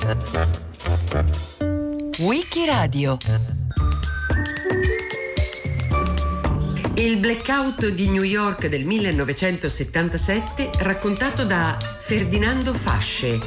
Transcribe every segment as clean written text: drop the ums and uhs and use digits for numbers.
Wikiradio. Il blackout di New York del 1977 raccontato da Ferdinando Fasce.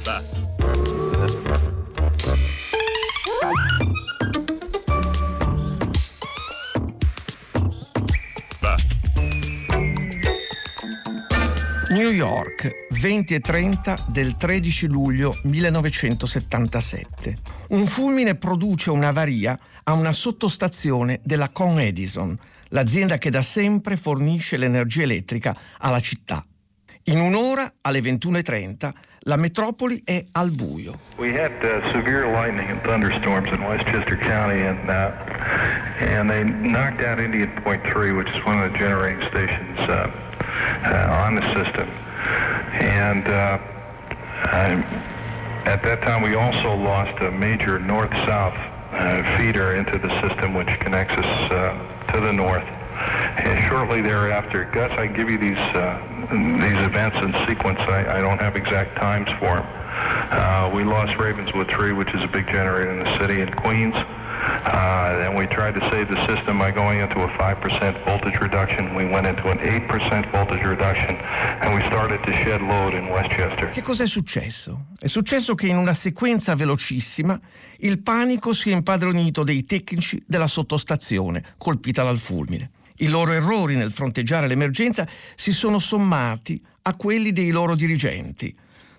New York, 20 e 30 del 13 luglio 1977. Un fulmine produce un'avaria a una sottostazione della Con Edison, l'azienda che da sempre fornisce l'energia elettrica alla città. In un'ora, alle 21:30, la metropoli è al buio. We had severe lightning and thunderstorms in Westchester County, and they knocked out Indian Point 3, which is one of the generating stations on the system. And at that time, we also lost a major north-south feeder into the system, which connects us to the north. And shortly thereafter, Gus, I give you these events in sequence. I don't have exact times for them. We lost Ravenswood 3, which is a big generator in the city in Queens. Then we tried to save the system by going into a 5% voltage reduction. We went into an 8% voltage reduction, and we started to shed load in Westchester. Che cosa è successo? È successo che in una sequenza velocissima il panico si è impadronito dei tecnici della sottostazione colpita dal fulmine. I loro errori nel fronteggiare l'emergenza si sono sommati a quelli dei loro dirigenti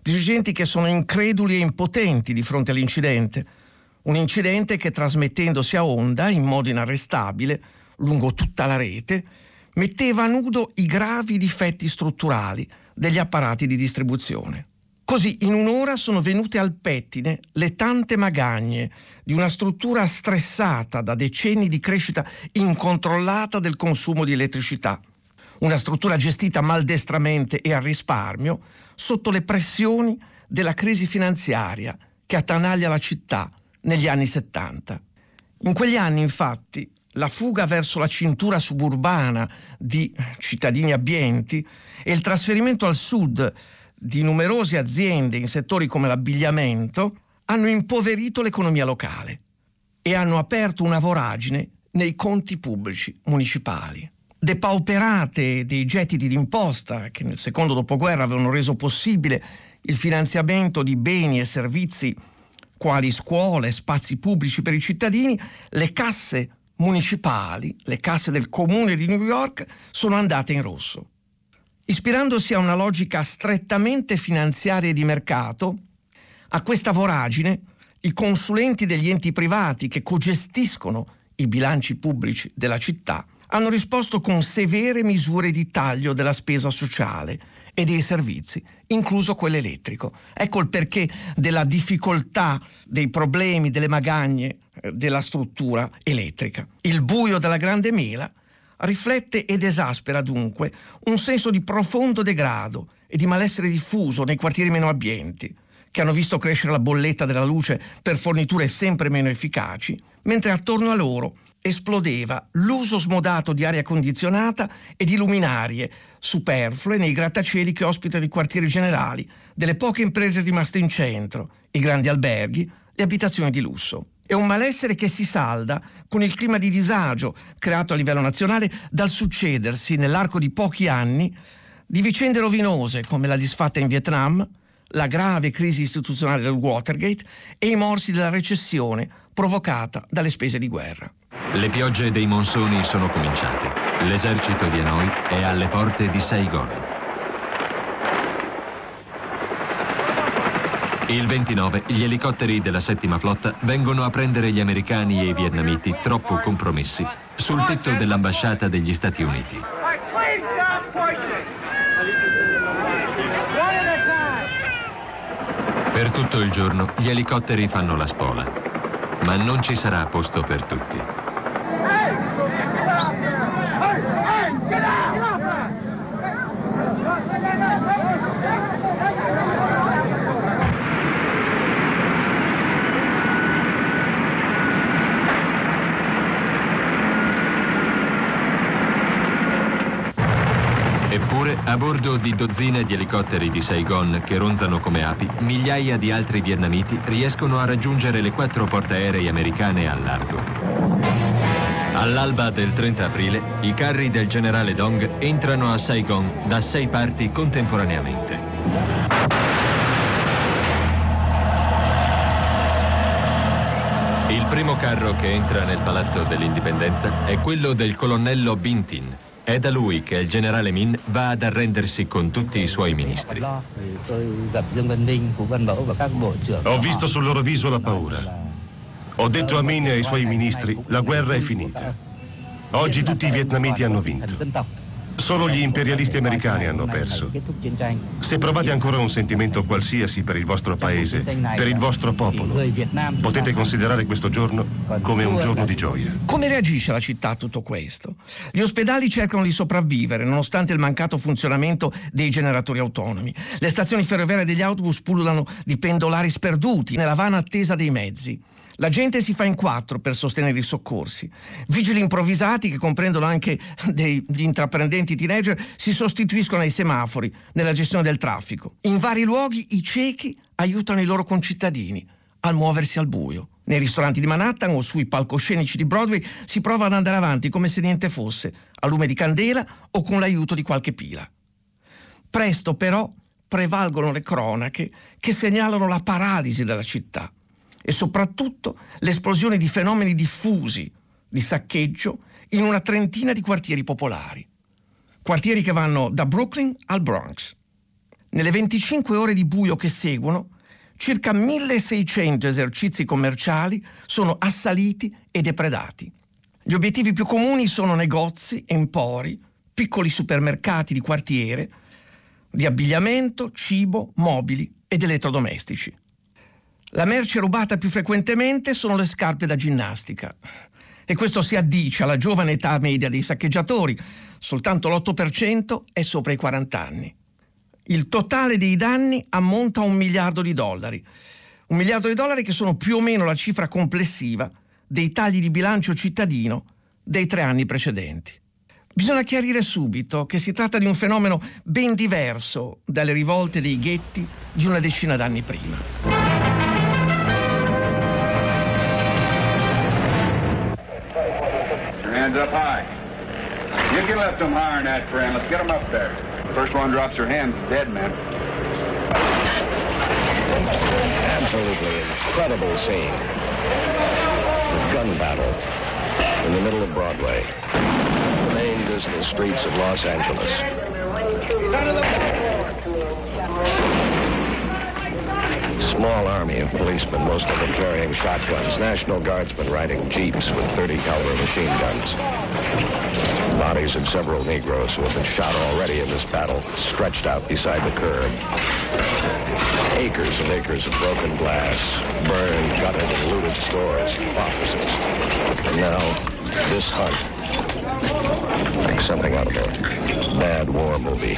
che sono increduli e impotenti di fronte all'incidente. Un incidente che, trasmettendosi a onda in modo inarrestabile lungo tutta la rete, metteva a nudo i gravi difetti strutturali degli apparati di distribuzione. Così in un'ora sono venute al pettine le tante magagne di una struttura stressata da decenni di crescita incontrollata del consumo di elettricità. Una struttura gestita maldestramente e a risparmio sotto le pressioni della crisi finanziaria che attanaglia la città negli anni 70. In quegli anni, infatti, la fuga verso la cintura suburbana di cittadini abbienti e il trasferimento al sud di numerose aziende in settori come l'abbigliamento hanno impoverito l'economia locale e hanno aperto una voragine nei conti pubblici municipali. Depauperate dei gettiti d'imposta che nel secondo dopoguerra avevano reso possibile il finanziamento di beni e servizi quali scuole, spazi pubblici per i cittadini, le casse municipali, le casse del comune di New York sono andate in rosso. Ispirandosi a una logica strettamente finanziaria e di mercato, a questa voragine i consulenti degli enti privati che cogestiscono i bilanci pubblici della città hanno risposto con severe misure di taglio della spesa sociale e dei servizi, incluso quello elettrico. Ecco il perché della difficoltà, dei problemi, delle magagne della struttura elettrica. Il buio della Grande Mela riflette ed esaspera dunque un senso di profondo degrado e di malessere diffuso nei quartieri meno abbienti, che hanno visto crescere la bolletta della luce per forniture sempre meno efficaci, mentre attorno a loro esplodeva l'uso smodato di aria condizionata e di luminarie superflue nei grattacieli che ospitano i quartieri generali, delle poche imprese rimaste in centro, i grandi alberghi, le abitazioni di lusso. È un malessere che si salda con il clima di disagio creato a livello nazionale dal succedersi nell'arco di pochi anni di vicende rovinose come la disfatta in Vietnam, la grave crisi istituzionale del Watergate e i morsi della recessione provocata dalle spese di guerra. Le piogge dei monsoni sono cominciate. L'esercito di Hanoi è alle porte di Saigon. Il 29 gli elicotteri della settima flotta vengono a prendere gli americani e i vietnamiti troppo compromessi sul tetto dell'ambasciata degli Stati Uniti. Per tutto il giorno gli elicotteri fanno la spola, ma non ci sarà posto per tutti. Eppure A bordo di dozzine di elicotteri di Saigon che ronzano come api, migliaia di altri vietnamiti riescono a raggiungere le 4 portaerei americane al largo. All'alba del 30 aprile, i carri del generale Dong entrano a Saigon da 6 parti contemporaneamente. Il primo carro che entra nel Palazzo dell'Indipendenza è quello del colonnello Binh Tin. È da lui che il generale Min va ad arrendersi con tutti i suoi ministri. Ho visto sul loro viso la paura. Ho detto a Min e ai suoi ministri, la guerra è finita. Oggi tutti i vietnamiti hanno vinto. Solo gli imperialisti americani hanno perso. Se provate ancora un sentimento qualsiasi per il vostro paese, per il vostro popolo, potete considerare questo giorno come un giorno di gioia. Come reagisce la città a tutto questo? Gli ospedali cercano di sopravvivere nonostante il mancato funzionamento dei generatori autonomi. Le stazioni ferroviarie degli autobus pullulano di pendolari sperduti nella vana attesa dei mezzi. La gente si fa in 4 per sostenere i soccorsi. Vigili improvvisati, che comprendono anche degli intraprendenti teenager, si sostituiscono ai semafori nella gestione del traffico. In vari luoghi i ciechi aiutano i loro concittadini a muoversi al buio. Nei ristoranti di Manhattan o sui palcoscenici di Broadway si prova ad andare avanti come se niente fosse, a lume di candela o con l'aiuto di qualche pila. Presto però prevalgono le cronache che segnalano la paralisi della città e soprattutto l'esplosione di fenomeni diffusi di saccheggio in una trentina di quartieri popolari. Quartieri che vanno da Brooklyn al Bronx. Nelle 25 ore di buio che seguono, circa 1600 esercizi commerciali sono assaliti e depredati. Gli obiettivi più comuni sono negozi, empori, piccoli supermercati di quartiere, di abbigliamento, cibo, mobili ed elettrodomestici. La merce rubata più frequentemente sono le scarpe da ginnastica. E questo si addice alla giovane età media dei saccheggiatori. Soltanto l'8% è sopra i 40 anni. Il totale dei danni ammonta a $1 miliardo. $1 miliardo che sono più o meno la cifra complessiva dei tagli di bilancio cittadino dei 3 anni precedenti. Bisogna chiarire subito che si tratta di un fenomeno ben diverso dalle rivolte dei ghetti di una decina d'anni prima. Hands up high. You can lift them higher than that, friend. Let's get them up there. First one drops their hands, dead man. Absolutely incredible scene. The gun battle in the middle of Broadway. The main business streets of Los Angeles. Small army of policemen, most of them carrying shotguns. National Guardsmen riding jeeps with .30 caliber machine guns. Bodies of several Negroes who have been shot already in this battle, stretched out beside the curb. Acres and acres of broken glass, burned, gutted, and looted stores, offices. And now, this hunt. Like something out of a bad war movie.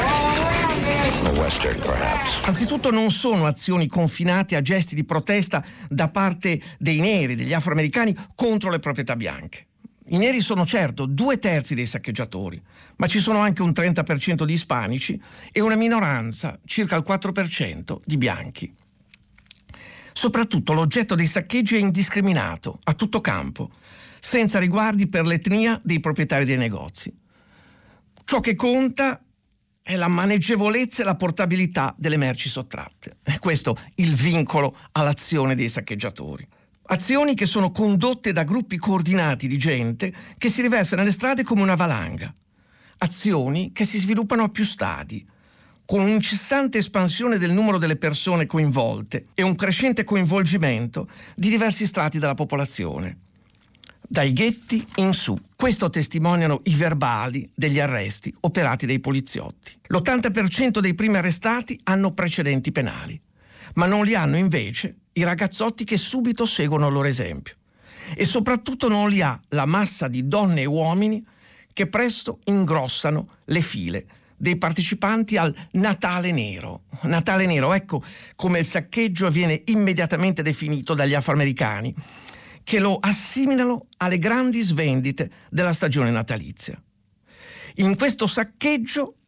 A western, perhaps. Anzitutto non sono azioni confinate a gesti di protesta da parte dei neri, degli afroamericani, contro le proprietà bianche. I neri sono certo 2/3 dei saccheggiatori, ma ci sono anche un 30% di ispanici e una minoranza, circa il 4%, di bianchi. Soprattutto l'oggetto dei saccheggi è indiscriminato, a tutto campo, senza riguardi per l'etnia dei proprietari dei negozi. Ciò che conta è la maneggevolezza e la portabilità delle merci sottratte. È questo il vincolo all'azione dei saccheggiatori. Azioni che sono condotte da gruppi coordinati di gente che si riversa nelle strade come una valanga. Azioni che si sviluppano a più stadi, con un'incessante espansione del numero delle persone coinvolte e un crescente coinvolgimento di diversi strati della popolazione. Dai ghetti in su. Questo testimoniano i verbali degli arresti operati dai poliziotti. L'80% dei primi arrestati hanno precedenti penali, ma non li hanno invece i ragazzotti che subito seguono il loro esempio. E soprattutto non li ha la massa di donne e uomini che presto ingrossano le file dei partecipanti al Natale Nero. Natale Nero, ecco come il saccheggio viene immediatamente definito dagli afroamericani, che lo assimilano alle grandi svendite della stagione natalizia. In questo saccheggio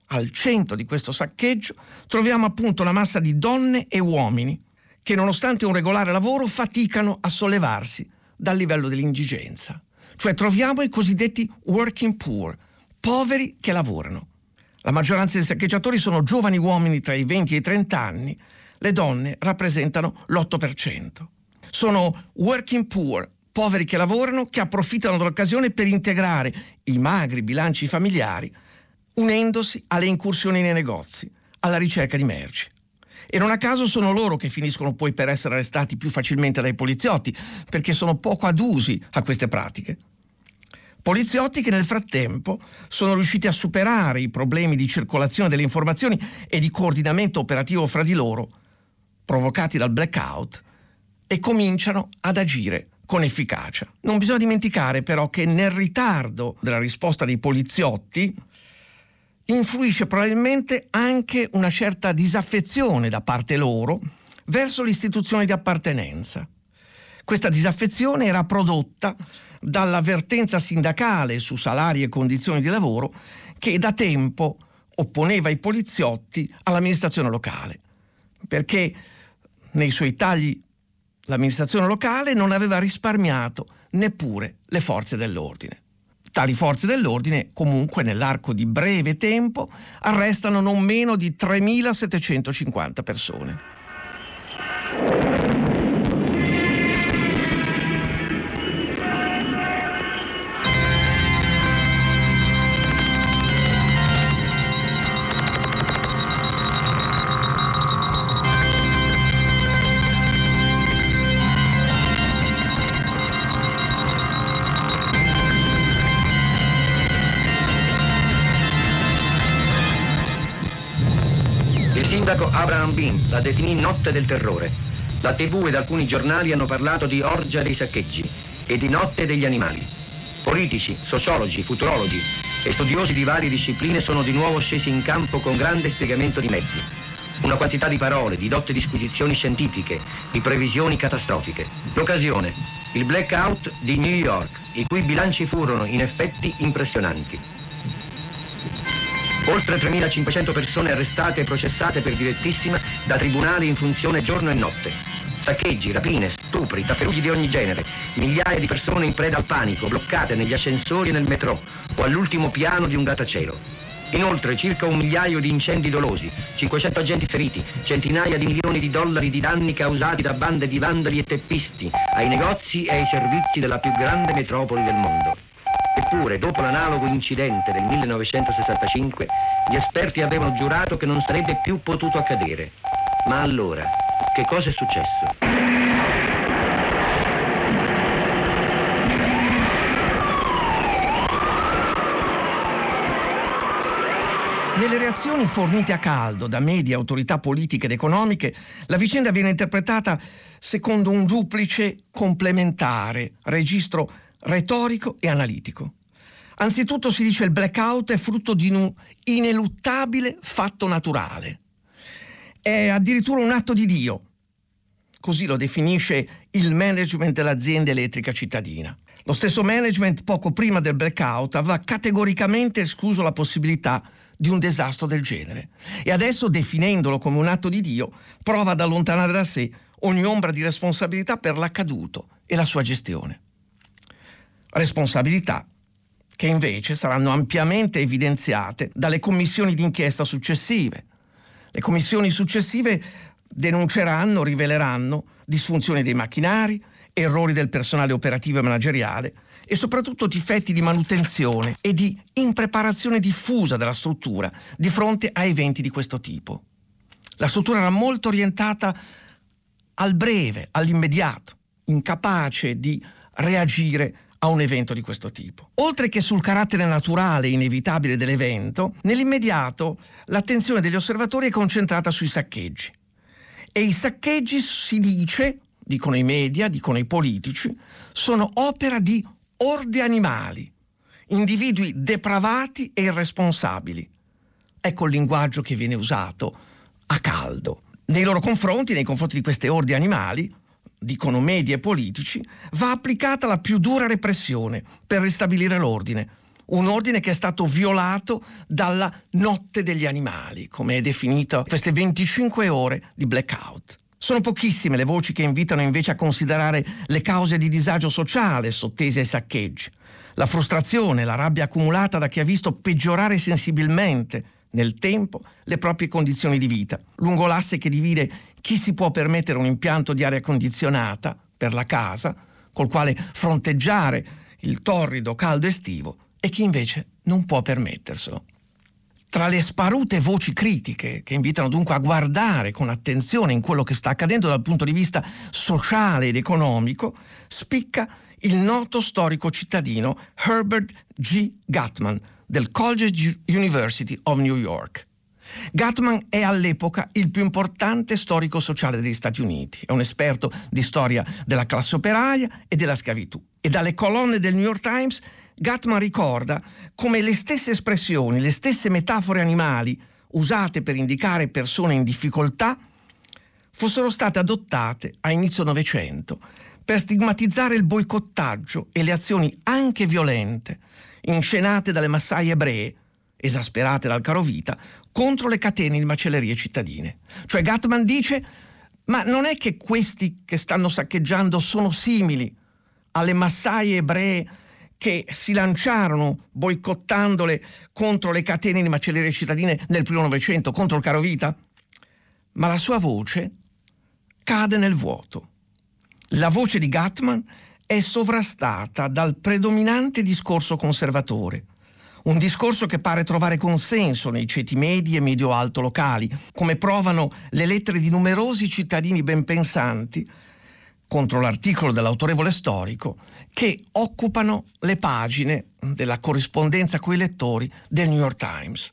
al centro di questo saccheggio, troviamo appunto la massa di donne e uomini che, nonostante un regolare lavoro, faticano a sollevarsi dal livello dell'indigenza. Cioè troviamo i cosiddetti working poor, poveri che lavorano. La maggioranza dei saccheggiatori sono giovani uomini tra i 20 e i 30 anni, le donne rappresentano l'8%. Sono working poor, poveri che lavorano, che approfittano dell'occasione per integrare i magri bilanci familiari, unendosi alle incursioni nei negozi, alla ricerca di merci. E non a caso sono loro che finiscono poi per essere arrestati più facilmente dai poliziotti, perché sono poco adusi a queste pratiche. Poliziotti che nel frattempo sono riusciti a superare i problemi di circolazione delle informazioni e di coordinamento operativo fra di loro, provocati dal blackout, e cominciano ad agire con efficacia. Non bisogna dimenticare però che nel ritardo della risposta dei poliziotti influisce probabilmente anche una certa disaffezione da parte loro verso l'istituzione di appartenenza. Questa disaffezione era prodotta dall'avvertenza sindacale su salari e condizioni di lavoro che da tempo opponeva i poliziotti all'amministrazione locale, perché nei suoi tagli l'amministrazione locale non aveva risparmiato neppure le forze dell'ordine. Tali forze dell'ordine comunque nell'arco di breve tempo arrestano non meno di 3.750 persone. Il sindaco Abraham Bean la definì notte del terrore. La TV ed alcuni giornali hanno parlato di orgia dei saccheggi e di notte degli animali. Politici, sociologi, futurologi e studiosi di varie discipline sono di nuovo scesi in campo con grande spiegamento di mezzi. Una quantità di parole, di dotte disquisizioni scientifiche, di previsioni catastrofiche. L'occasione, il blackout di New York, i cui bilanci furono in effetti impressionanti. Oltre 3.500 persone arrestate e processate per direttissima da tribunali in funzione giorno e notte. Saccheggi, rapine, stupri, tafferugli di ogni genere, migliaia di persone in preda al panico, bloccate negli ascensori e nel metro o all'ultimo piano di un grattacielo. Inoltre circa 1 migliaio di incendi dolosi, 500 agenti feriti, centinaia di milioni di dollari di danni causati da bande di vandali e teppisti ai negozi e ai servizi della più grande metropoli del mondo. Eppure, dopo l'analogo incidente del 1965, gli esperti avevano giurato che non sarebbe più potuto accadere. Ma allora, che cosa è successo? Nelle reazioni fornite a caldo da media, autorità politiche ed economiche, la vicenda viene interpretata secondo un duplice complementare registro retorico e analitico. Anzitutto si dice il blackout è frutto di un ineluttabile fatto naturale. È addirittura un atto di Dio. Così lo definisce il management dell'azienda elettrica cittadina. Lo stesso management, poco prima del blackout, aveva categoricamente escluso la possibilità di un disastro del genere. E adesso, definendolo come un atto di Dio, prova ad allontanare da sé ogni ombra di responsabilità per l'accaduto e la sua gestione. Responsabilità che invece saranno ampiamente evidenziate dalle commissioni d'inchiesta successive. Le commissioni successive denunceranno, riveleranno disfunzioni dei macchinari, errori del personale operativo e manageriale e soprattutto difetti di manutenzione e di impreparazione diffusa della struttura di fronte a eventi di questo tipo. La struttura era molto orientata al breve, all'immediato, incapace di reagire a un evento di questo tipo. Oltre che sul carattere naturale e inevitabile dell'evento, nell'immediato l'attenzione degli osservatori è concentrata sui saccheggi. E i saccheggi, si dice, dicono i media, dicono i politici, sono opera di orde animali, individui depravati e irresponsabili. Ecco il linguaggio che viene usato a caldo. Nei loro confronti, nei confronti di queste orde animali, dicono media e politici, va applicata la più dura repressione per ristabilire l'ordine, un ordine che è stato violato dalla notte degli animali, come è definita queste 25 ore di blackout. Sono pochissime le voci che invitano invece a considerare le cause di disagio sociale sottese ai saccheggi. La frustrazione, la rabbia accumulata da chi ha visto peggiorare sensibilmente nel tempo le proprie condizioni di vita, lungo l'asse che divide chi si può permettere un impianto di aria condizionata per la casa, col quale fronteggiare il torrido caldo estivo, e chi invece non può permetterselo. Tra le sparute voci critiche, che invitano dunque a guardare con attenzione in quello che sta accadendo dal punto di vista sociale ed economico, spicca il noto storico cittadino Herbert G. Gutmann del College University of New York. Gutmann è all'epoca il più importante storico sociale degli Stati Uniti. È un esperto di storia della classe operaia e della schiavitù. E dalle colonne del New York Times Gutmann ricorda come le stesse espressioni, le stesse metafore animali usate per indicare persone in difficoltà fossero state adottate a inizio Novecento per stigmatizzare il boicottaggio e le azioni anche violente inscenate dalle massaie ebree, esasperate dal carovita, contro le catene di macellerie cittadine. Cioè Gutmann dice: ma non è che questi che stanno saccheggiando sono simili alle massaie ebree che si lanciarono boicottandole contro le catene di macellerie cittadine nel primo Novecento, contro il carovita? Ma la sua voce cade nel vuoto. La voce di Gutmann è sovrastata dal predominante discorso conservatore, un discorso che pare trovare consenso nei ceti medi e medio-alto locali, come provano le lettere di numerosi cittadini ben pensanti contro l'articolo dell'autorevole storico che occupano le pagine della corrispondenza coi lettori del New York Times.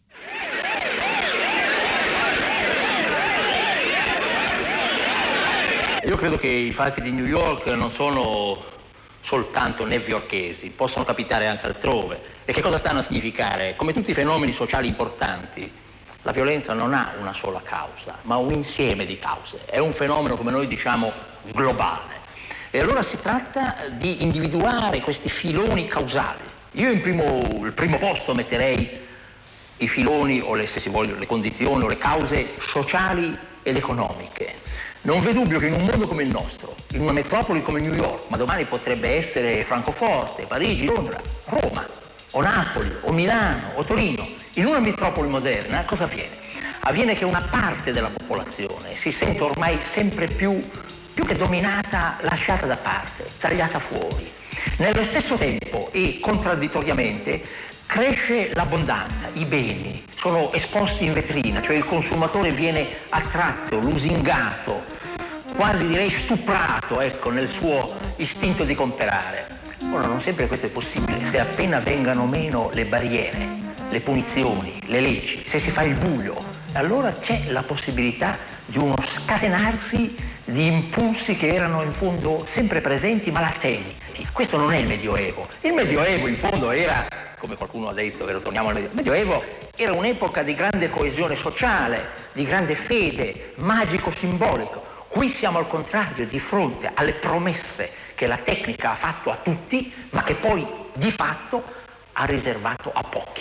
Io credo che i fatti di New York non sono soltanto newyorkesi, possono capitare anche altrove. E che cosa stanno a significare? Come tutti i fenomeni sociali importanti, la violenza non ha una sola causa, ma un insieme di cause. È un fenomeno, come noi diciamo, globale. E allora si tratta di individuare questi filoni causali. Io il primo posto metterei i filoni, o se si vuole, le condizioni o le cause sociali ed economiche. Non v'è dubbio che in un mondo come il nostro, in una metropoli come New York, ma domani potrebbe essere Francoforte, Parigi, Londra, Roma, o Napoli, o Milano, o Torino, in una metropoli moderna cosa avviene? Avviene che una parte della popolazione si sente ormai sempre più che dominata, lasciata da parte, tagliata fuori. Nello stesso tempo e contraddittoriamente cresce l'abbondanza, i beni sono esposti in vetrina, cioè il consumatore viene attratto, lusingato, quasi direi stuprato, nel suo istinto di comprare. Ora non sempre questo è possibile, se appena vengano meno le barriere, le punizioni, le leggi, se si fa il buio, allora c'è la possibilità di uno scatenarsi di impulsi che erano in fondo sempre presenti ma latenti. Questo non è il Medioevo. Il Medioevo in fondo era, come qualcuno ha detto, che lo torniamo al Medioevo, era un'epoca di grande coesione sociale, di grande fede, magico-simbolico. Qui siamo al contrario di fronte alle promesse che la tecnica ha fatto a tutti, ma che poi di fatto ha riservato a pochi.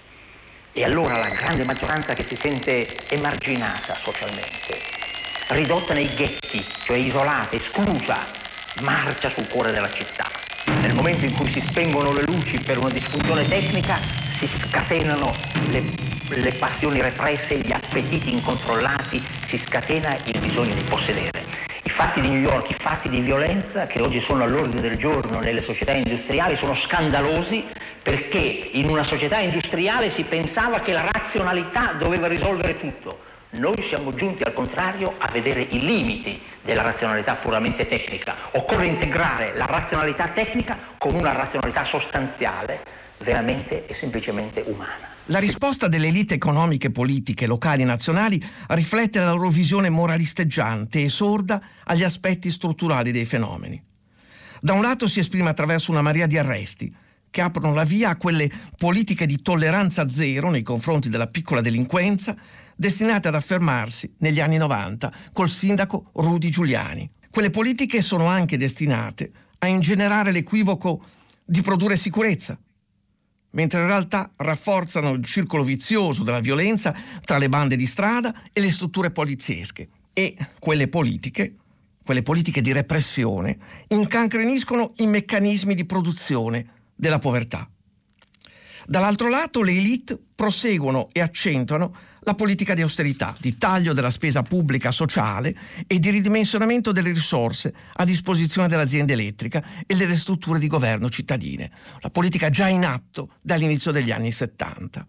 E allora la grande maggioranza che si sente emarginata socialmente, ridotta nei ghetti, cioè isolata, esclusa, marcia sul cuore della città. Nel momento in cui si spengono le luci per una disfunzione tecnica, si scatenano le passioni represse, gli appetiti incontrollati, si scatena il bisogno di possedere. I fatti di New York, i fatti di violenza che oggi sono all'ordine del giorno nelle società industriali sono scandalosi perché in una società industriale si pensava che la razionalità doveva risolvere tutto. Noi siamo giunti al contrario a vedere i limiti della razionalità puramente tecnica. Occorre integrare la razionalità tecnica con una razionalità sostanziale, veramente e semplicemente umana. La risposta delle elite economiche, politiche, locali e nazionali riflette la loro visione moralisteggiante e sorda agli aspetti strutturali dei fenomeni. Da un lato si esprime attraverso una marea di arresti che aprono la via a quelle politiche di tolleranza zero nei confronti della piccola delinquenza destinate ad affermarsi negli anni 90 col sindaco Rudy Giuliani. Quelle politiche sono anche destinate a ingenerare l'equivoco di produrre sicurezza, mentre in realtà rafforzano il circolo vizioso della violenza tra le bande di strada e le strutture poliziesche. E quelle politiche di repressione, incancreniscono i meccanismi di produzione della povertà. Dall'altro lato, le élite proseguono e accentuano la politica di austerità, di taglio della spesa pubblica sociale e di ridimensionamento delle risorse a disposizione dell'azienda elettrica e delle strutture di governo cittadine, la politica già in atto dall'inizio degli anni 70.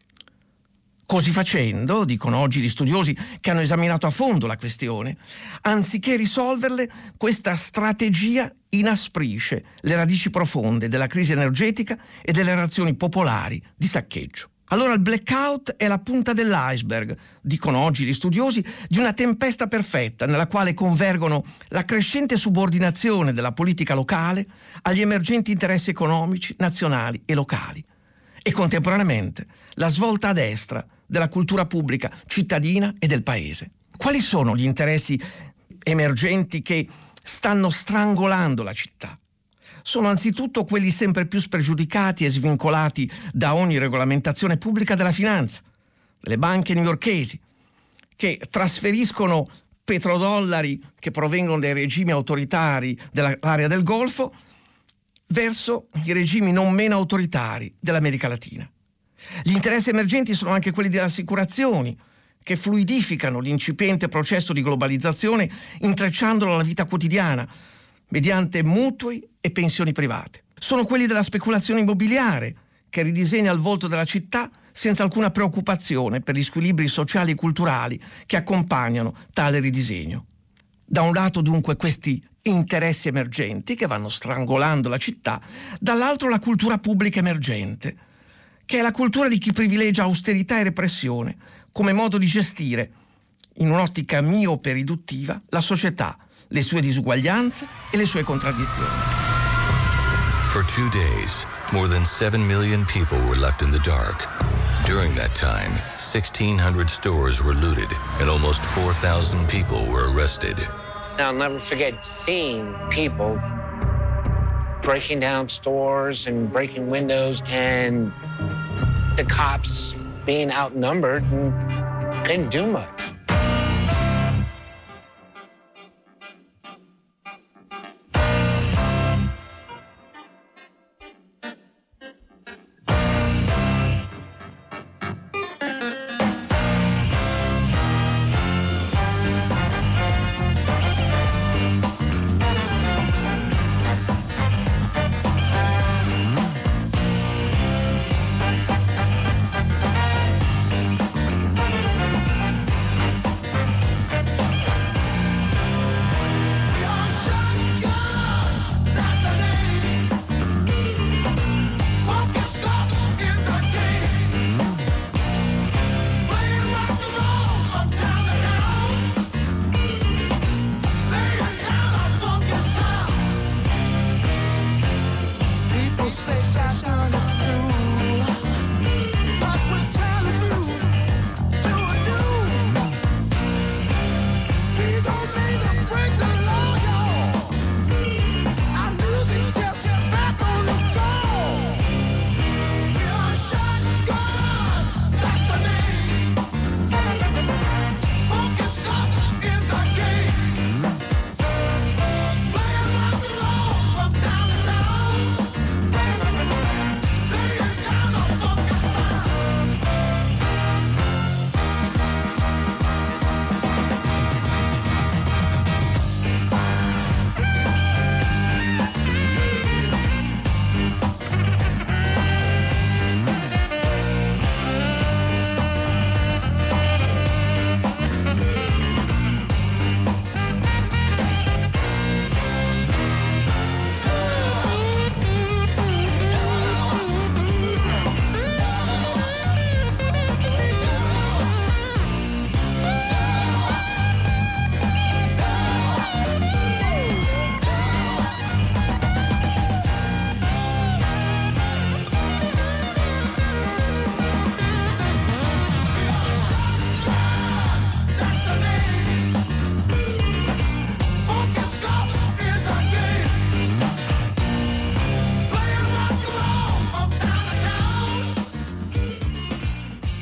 Così facendo, dicono oggi gli studiosi che hanno esaminato a fondo la questione, anziché risolverle, questa strategia inasprisce le radici profonde della crisi energetica e delle reazioni popolari di saccheggio. Allora il blackout è la punta dell'iceberg, dicono oggi gli studiosi, di una tempesta perfetta nella quale convergono la crescente subordinazione della politica locale agli emergenti interessi economici nazionali e locali e contemporaneamente la svolta a destra della cultura pubblica cittadina e del paese. Quali sono gli interessi emergenti che stanno strangolando la città? Sono anzitutto quelli sempre più spregiudicati e svincolati da ogni regolamentazione pubblica della finanza, le banche newyorkesi, che trasferiscono petrodollari che provengono dai regimi autoritari dell'area del Golfo verso i regimi non meno autoritari dell'America Latina. Gli interessi emergenti sono anche quelli delle assicurazioni, che fluidificano l'incipiente processo di globalizzazione intrecciandolo alla vita quotidiana mediante mutui e pensioni private. Sono quelli della speculazione immobiliare, che ridisegna il volto della città senza alcuna preoccupazione per gli squilibri sociali e culturali che accompagnano tale ridisegno. Da un lato dunque questi interessi emergenti che vanno strangolando la città, dall'altro la cultura pubblica emergente, che è la cultura di chi privilegia austerità e repressione come modo di gestire, in un'ottica miope riduttiva, la società, le sue disuguaglianze e le sue contraddizioni. For 2 days, more than 7 million people were left in the dark. During that time, 1,600 stores were looted and almost 4,000 people were arrested. I'll never forget seeing people breaking down stores and breaking windows and the cops being outnumbered and couldn't do much.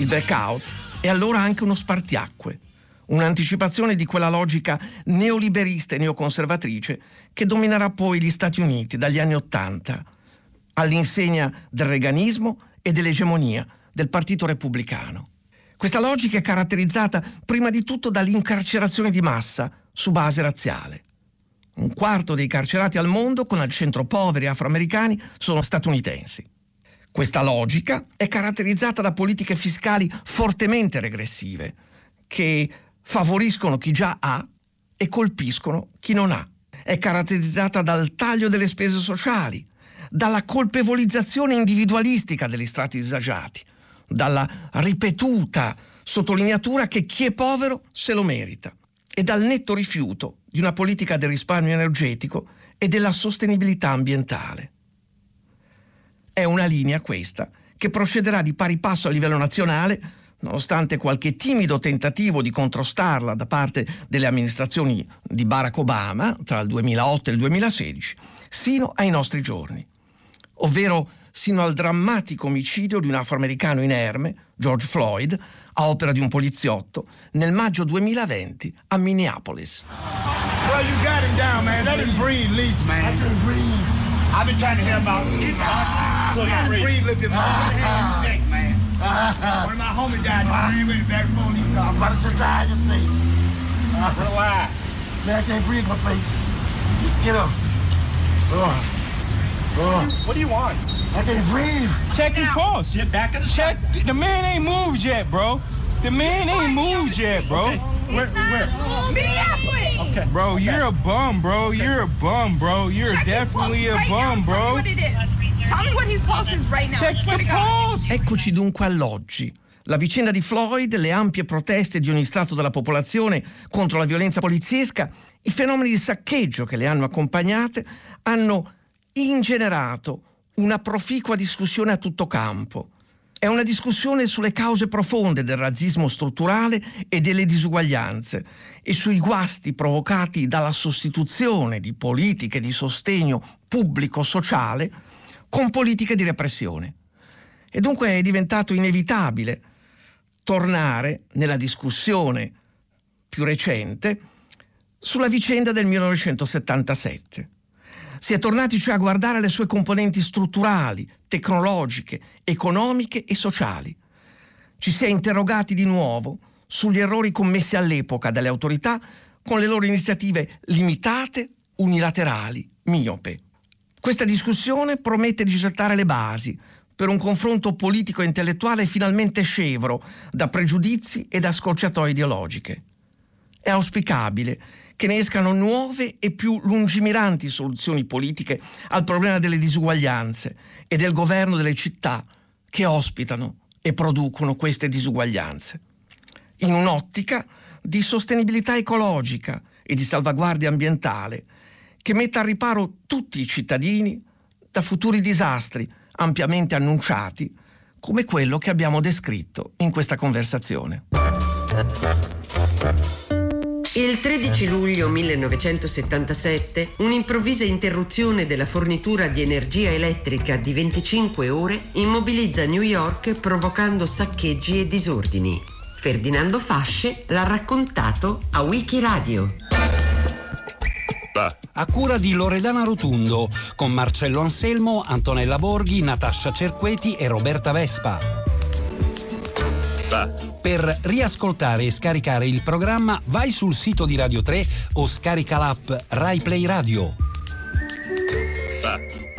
il blackout è allora anche uno spartiacque, un'anticipazione di quella logica neoliberista e neoconservatrice che dominerà poi gli Stati Uniti dagli anni '80, all'insegna del reaganismo e dell'egemonia del Partito Repubblicano. Questa logica è caratterizzata prima di tutto dall'incarcerazione di massa su base razziale. 1/4 dei carcerati al mondo, con al centro poveri afroamericani, sono statunitensi. Questa logica è caratterizzata da politiche fiscali fortemente regressive, che favoriscono chi già ha e colpiscono chi non ha. È caratterizzata dal taglio delle spese sociali, dalla colpevolizzazione individualistica degli strati disagiati, dalla ripetuta sottolineatura che chi è povero se lo merita e dal netto rifiuto di una politica del risparmio energetico e della sostenibilità ambientale. È una linea questa che procederà di pari passo a livello nazionale, nonostante qualche timido tentativo di contrastarla da parte delle amministrazioni di Barack Obama tra il 2008 e il 2016, sino ai nostri giorni, ovvero sino al drammatico omicidio di un afroamericano inerme, George Floyd, a opera di un poliziotto, nel maggio 2020 a Minneapolis. Well, you got him down, man. Let him breathe, at least, man. I can't breathe. I've been trying to hear about it. So he breathe a little bit more. Neck, man. One of my homies died. He went back before he got. I'm about to die, just say. Relax. Man, I can't breathe my face. Just get up. What do you want? I can't breathe. Check his pulse. Get back in the check. The man ain't moved yet, bro. The man ain't moved yet, bro. Okay. Where? Minneapolis. Okay. Bro, you're a bum, bro. You're a bum, bro. You're definitely a bum, bro. Tell me what it is. Tell me what his pulse is right now. Check the pulse. Eccoci dunque all'oggi. La vicenda di Floyd, le ampie proteste di ogni strato della popolazione contro la violenza poliziesca, i fenomeni di saccheggio che le hanno accompagnate hanno ingenerato una proficua discussione a tutto campo. È una discussione sulle cause profonde del razzismo strutturale e delle disuguaglianze e sui guasti provocati dalla sostituzione di politiche di sostegno pubblico-sociale con politiche di repressione. E dunque è diventato inevitabile tornare nella discussione più recente sulla vicenda del 1977. Si è tornati cioè a guardare le sue componenti strutturali, tecnologiche, economiche e sociali. Ci si è interrogati di nuovo sugli errori commessi all'epoca dalle autorità con le loro iniziative limitate, unilaterali, miope. Questa discussione promette di gettare le basi per un confronto politico e intellettuale finalmente scevro da pregiudizi e da scorciatoie ideologiche. È auspicabile che ne escano nuove e più lungimiranti soluzioni politiche al problema delle disuguaglianze e del governo delle città che ospitano e producono queste disuguaglianze, in un'ottica di sostenibilità ecologica e di salvaguardia ambientale che metta al riparo tutti i cittadini da futuri disastri ampiamente annunciati come quello che abbiamo descritto in questa conversazione. Il 13 luglio 1977, un'improvvisa interruzione della fornitura di energia elettrica di 25 ore immobilizza New York provocando saccheggi e disordini. Ferdinando Fasce l'ha raccontato a Wikiradio. A cura di Loredana Rotundo, con Marcello Anselmo, Antonella Borghi, Natascia Cerqueti e Roberta Vespa. Per riascoltare e scaricare il programma vai sul sito di Radio 3 o scarica l'app Rai Play Radio.